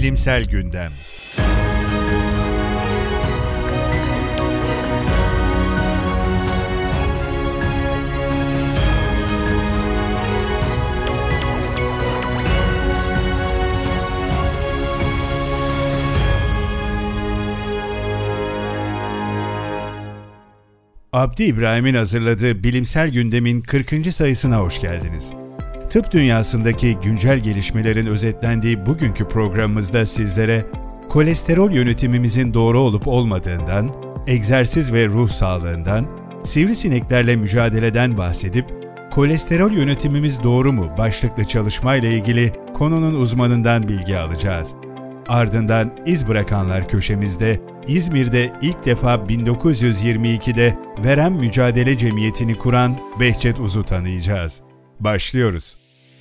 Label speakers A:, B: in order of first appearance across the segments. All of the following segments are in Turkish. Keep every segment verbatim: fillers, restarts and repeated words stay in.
A: Bilimsel Gündem. Abdi İbrahim'in hazırladığı Bilimsel Gündem'in kırkıncı sayısına hoş geldiniz. Tıp dünyasındaki güncel gelişmelerin özetlendiği bugünkü programımızda sizlere kolesterol yönetimimizin doğru olup olmadığından, egzersiz ve ruh sağlığından, sivrisineklerle mücadeleden bahsedip kolesterol yönetimimiz doğru mu başlıklı çalışmayla ilgili konunun uzmanından bilgi alacağız. Ardından iz bırakanlar köşemizde İzmir'de ilk defa bin dokuz yüz yirmi ikide Verem Mücadele Cemiyeti'ni kuran Behçet Uz'u tanıyacağız. Başlıyoruz.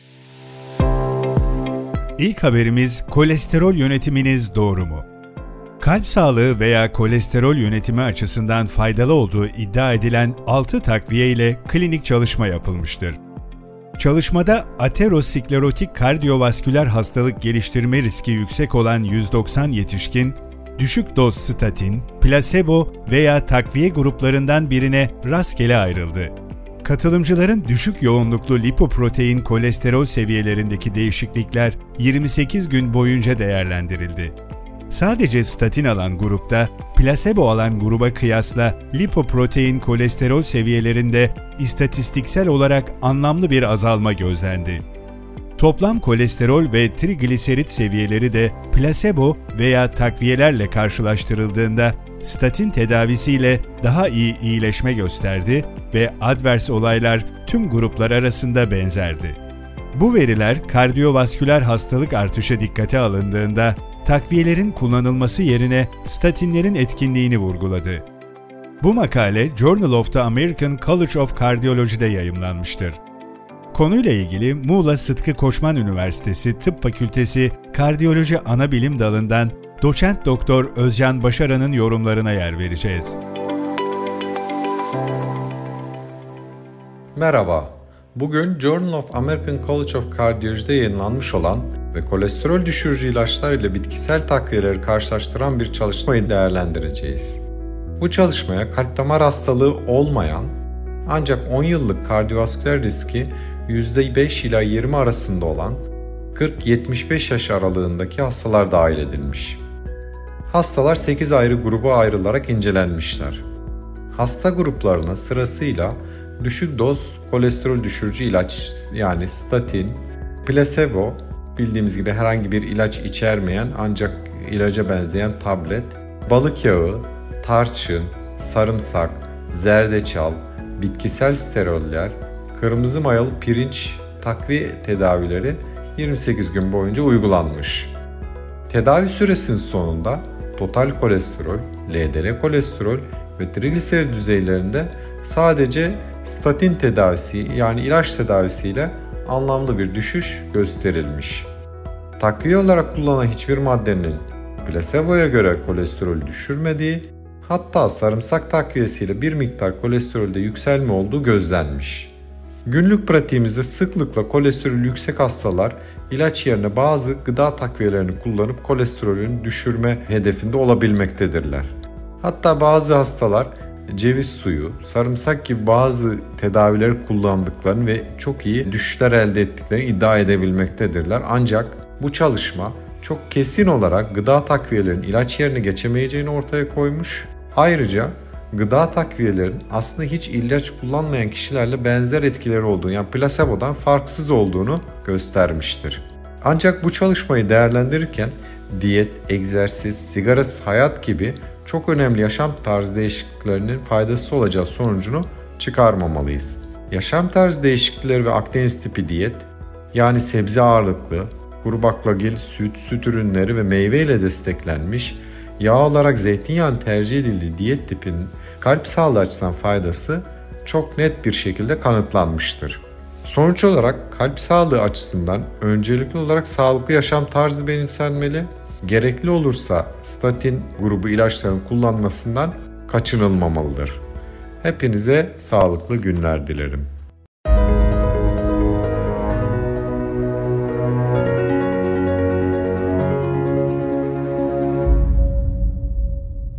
A: İlk haberimiz kolesterol yönetiminiz doğru mu? Kalp sağlığı veya kolesterol yönetimi açısından faydalı olduğu iddia edilen altı takviye ile klinik çalışma yapılmıştır. Çalışmada aterosklerotik kardiyovasküler hastalık geliştirme riski yüksek olan yüz doksan yetişkin, düşük doz statin, plasebo veya takviye gruplarından birine rastgele ayrıldı. Katılımcıların düşük yoğunluklu lipoprotein kolesterol seviyelerindeki değişiklikler yirmi sekiz gün boyunca değerlendirildi. Sadece statin alan grupta, plasebo alan gruba kıyasla lipoprotein kolesterol seviyelerinde istatistiksel olarak anlamlı bir azalma gözlendi. Toplam kolesterol ve trigliserit seviyeleri de plasebo veya takviyelerle karşılaştırıldığında statin tedavisiyle daha iyi iyileşme gösterdi ve advers olaylar tüm gruplar arasında benzerdi. Bu veriler kardiyovasküler hastalık artışı dikkate alındığında takviyelerin kullanılması yerine statinlerin etkinliğini vurguladı. Bu makale Journal of the American College of Cardiology'de yayımlanmıştır. Konuyla ilgili Muğla Sıtkı Koçman Üniversitesi Tıp Fakültesi Kardiyoloji Anabilim Dalı'ndan Doçent Doktor Özcan Başaran'ın yorumlarına yer vereceğiz.
B: Merhaba, bugün Journal of American College of Cardiology'de yayınlanmış olan ve kolesterol düşürücü ilaçlar ile bitkisel takviyeleri karşılaştıran bir çalışmayı değerlendireceğiz. Bu çalışmaya kalp damar hastalığı olmayan ancak on yıllık kardiyovasküler riski yüzde beş ila yirmi arasında olan kırk yetmiş beş yaş aralığındaki hastalar dahil edilmiş. Hastalar sekiz ayrı gruba ayrılarak incelenmişler. Hasta gruplarına sırasıyla düşük doz kolesterol düşürücü ilaç yani statin, plasebo, bildiğimiz gibi herhangi bir ilaç içermeyen ancak ilaca benzeyen tablet, balık yağı, tarçın, sarımsak, zerdeçal, bitkisel steroller, kırmızı mayalı pirinç takviye tedavileri yirmi sekiz gün boyunca uygulanmış. Tedavi süresinin sonunda total kolesterol, L D L kolesterol ve trigliserit düzeylerinde sadece statin tedavisi yani ilaç tedavisiyle anlamlı bir düşüş gösterilmiş. Takviye olarak kullanılan hiçbir maddenin plaseboya göre kolesterolü düşürmediği, hatta sarımsak takviyesiyle bir miktar kolesterolde yükselme olduğu gözlenmiş. Günlük pratiğimizde sıklıkla kolesterolü yüksek hastalar ilaç yerine bazı gıda takviyelerini kullanıp kolesterolün düşürme hedefinde olabilmektedirler. Hatta bazı hastalar ceviz suyu, sarımsak gibi bazı tedavileri kullandıklarını ve çok iyi düşüşler elde ettiklerini iddia edebilmektedirler. Ancak bu çalışma çok kesin olarak gıda takviyelerinin ilaç yerine geçemeyeceğini ortaya koymuş. Ayrıca gıda takviyelerin aslında hiç ilaç kullanmayan kişilerle benzer etkileri olduğunu, yani plasebodan farksız olduğunu göstermiştir. Ancak bu çalışmayı değerlendirirken diyet, egzersiz, sigarasız hayat gibi çok önemli yaşam tarzı değişikliklerinin faydası olacağı sonucunu çıkarmamalıyız. Yaşam tarzı değişiklikleri ve Akdeniz tipi diyet, yani sebze ağırlıklı, kuru baklagil, süt, süt ürünleri ve meyve ile desteklenmiş, yağ olarak zeytinyağının tercih edildiği diyet tipinin kalp sağlığı açısından faydası çok net bir şekilde kanıtlanmıştır. Sonuç olarak kalp sağlığı açısından öncelikli olarak sağlıklı yaşam tarzı benimsenmeli, gerekli olursa statin grubu ilaçların kullanmasından kaçınılmamalıdır. Hepinize sağlıklı günler dilerim.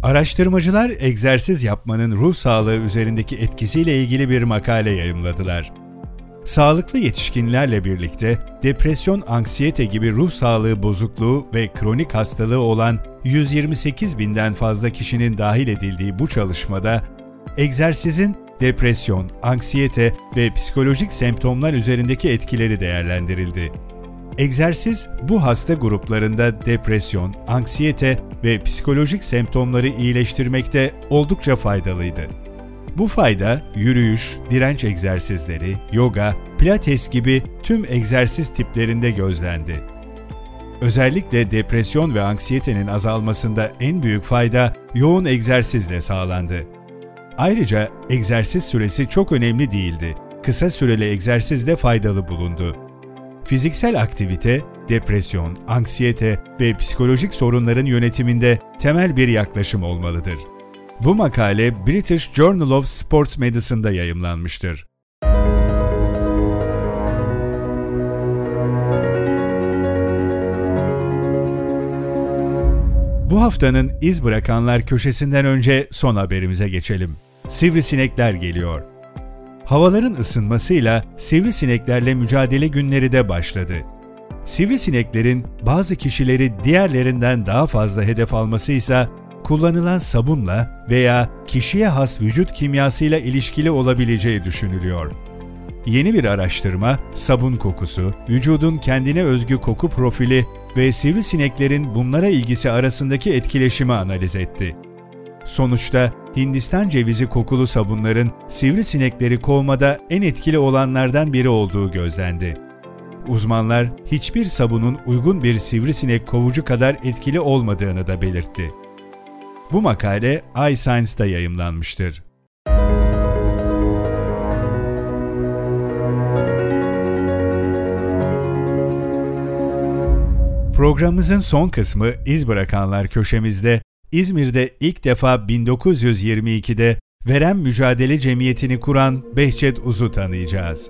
A: Araştırmacılar egzersiz yapmanın ruh sağlığı üzerindeki etkisiyle ilgili bir makale yayımladılar. Sağlıklı yetişkinlerle birlikte depresyon, anksiyete gibi ruh sağlığı bozukluğu ve kronik hastalığı olan yüz yirmi sekiz binden fazla kişinin dahil edildiği bu çalışmada, egzersizin depresyon, anksiyete ve psikolojik semptomlar üzerindeki etkileri değerlendirildi. Egzersiz, bu hasta gruplarında depresyon, anksiyete ve psikolojik semptomları iyileştirmekte oldukça faydalıydı. Bu fayda, yürüyüş, direnç egzersizleri, yoga, pilates gibi tüm egzersiz tiplerinde gözlendi. Özellikle depresyon ve anksiyetenin azalmasında en büyük fayda yoğun egzersizle sağlandı. Ayrıca egzersiz süresi çok önemli değildi. Kısa süreli egzersiz de faydalı bulundu. Fiziksel aktivite, depresyon, anksiyete ve psikolojik sorunların yönetiminde temel bir yaklaşım olmalıdır. Bu makale British Journal of Sports Medicine'da yayımlanmıştır. Bu haftanın iz bırakanlar köşesinden önce son haberimize geçelim. Sivrisinekler geliyor. Havaların ısınmasıyla sivrisineklerle mücadele günleri de başladı. Sivrisineklerin bazı kişileri diğerlerinden daha fazla hedef alması ise kullanılan sabunla veya kişiye has vücut kimyasıyla ilişkili olabileceği düşünülüyor. Yeni bir araştırma, sabun kokusu, vücudun kendine özgü koku profili ve sivrisineklerin bunlara ilgisi arasındaki etkileşimi analiz etti. Sonuçta Hindistan cevizi kokulu sabunların sivrisinekleri kovmada en etkili olanlardan biri olduğu gözlendi. Uzmanlar hiçbir sabunun uygun bir sivrisinek kovucu kadar etkili olmadığını da belirtti. Bu makale iScience'da yayımlanmıştır. Programımızın son kısmı iz bırakanlar köşemizde İzmir'de ilk defa bin dokuz yüz yirmi ikide Verem Mücadele Cemiyeti'ni kuran Behçet Uz'u tanıyacağız.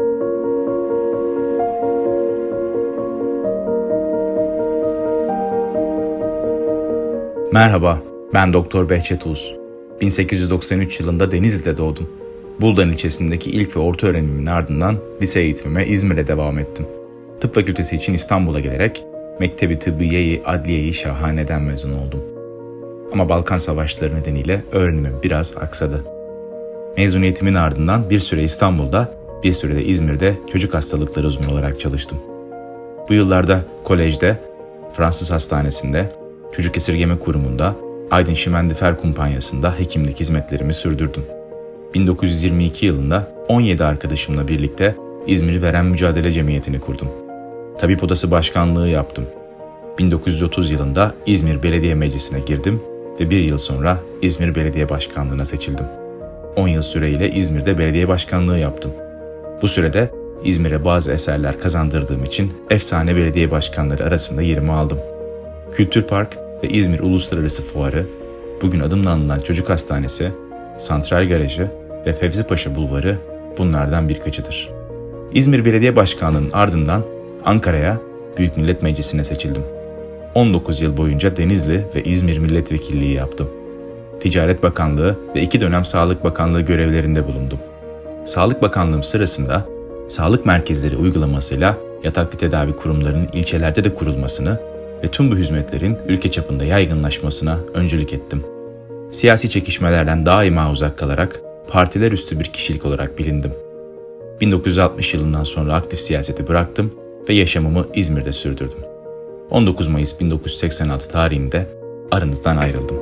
C: Merhaba, ben Doktor Behçet Uz. bin sekiz yüz doksan üç yılında Denizli'de doğdum. Buldan ilçesindeki ilk ve orta öğrenimimin ardından lise eğitimime İzmir'e devam ettim. Tıp fakültesi için İstanbul'a gelerek Mektebi Tıbbiye-i Adliye-i Şahane'den mezun oldum. Ama Balkan Savaşları nedeniyle öğrenimim biraz aksadı. Mezuniyetimin ardından bir süre İstanbul'da, bir süre de İzmir'de çocuk hastalıkları uzmanı olarak çalıştım. Bu yıllarda kolejde, Fransız Hastanesi'nde, Çocuk Esirgeme Kurumu'nda, Aydın Şimendifer Kumpanyası'nda hekimlik hizmetlerimi sürdürdüm. bin dokuz yüz yirmi iki yılında on yedi arkadaşımla birlikte İzmir Verem Mücadele Cemiyeti'ni kurdum. Tabip Odası Başkanlığı yaptım. bin dokuz yüz otuz yılında İzmir Belediye Meclisi'ne girdim ve bir yıl sonra İzmir Belediye Başkanlığı'na seçildim. on yıl süreyle İzmir'de belediye başkanlığı yaptım. Bu sürede İzmir'e bazı eserler kazandırdığım için efsane belediye başkanları arasında yerimi aldım. Kültür Park ve İzmir Uluslararası Fuarı, bugün adımla anılan Çocuk Hastanesi, Santral Garajı ve Fevzi Paşa Bulvarı bunlardan birkaçıdır. İzmir Belediye Başkanlığı'nın ardından Ankara'ya Büyük Millet Meclisi'ne seçildim. on dokuz yıl boyunca Denizli ve İzmir Milletvekilliği yaptım. Ticaret Bakanlığı ve iki dönem Sağlık Bakanlığı görevlerinde bulundum. Sağlık Bakanlığım sırasında sağlık merkezleri uygulamasıyla yataklı tedavi kurumlarının ilçelerde de kurulmasını ve tüm bu hizmetlerin ülke çapında yaygınlaşmasına öncülük ettim. Siyasi çekişmelerden daima uzak kalarak partiler üstü bir kişilik olarak bilindim. bin dokuz yüz altmış yılından sonra aktif siyaseti bıraktım ve yaşamımı İzmir'de sürdürdüm. on dokuz Mayıs bin dokuz yüz seksen altı tarihinde aranızdan ayrıldım.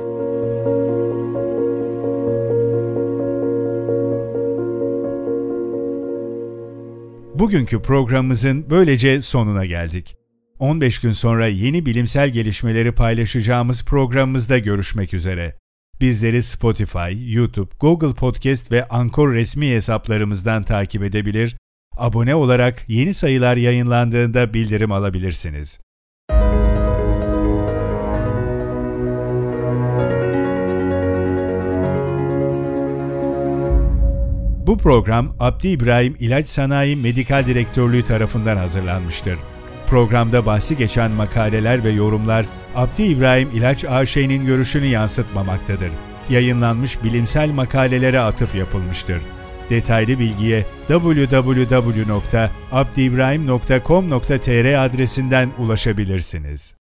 A: Bugünkü programımızın böylece sonuna geldik. on beş gün sonra yeni bilimsel gelişmeleri paylaşacağımız programımızda görüşmek üzere. Bizleri Spotify, YouTube, Google Podcast ve Anchor resmi hesaplarımızdan takip edebilir, abone olarak yeni sayılar yayınlandığında bildirim alabilirsiniz. Bu program Abdi İbrahim İlaç Sanayi Medikal Direktörlüğü tarafından hazırlanmıştır. programda bahsi geçen makaleler ve yorumlar Abdi İbrahim İlaç A Ş'nin görüşünü yansıtmamaktadır. Yayınlanmış bilimsel makalelere atıf yapılmıştır. Detaylı bilgiye double-u double-u double-u nokta abdiibrahim nokta com nokta tr adresinden ulaşabilirsiniz.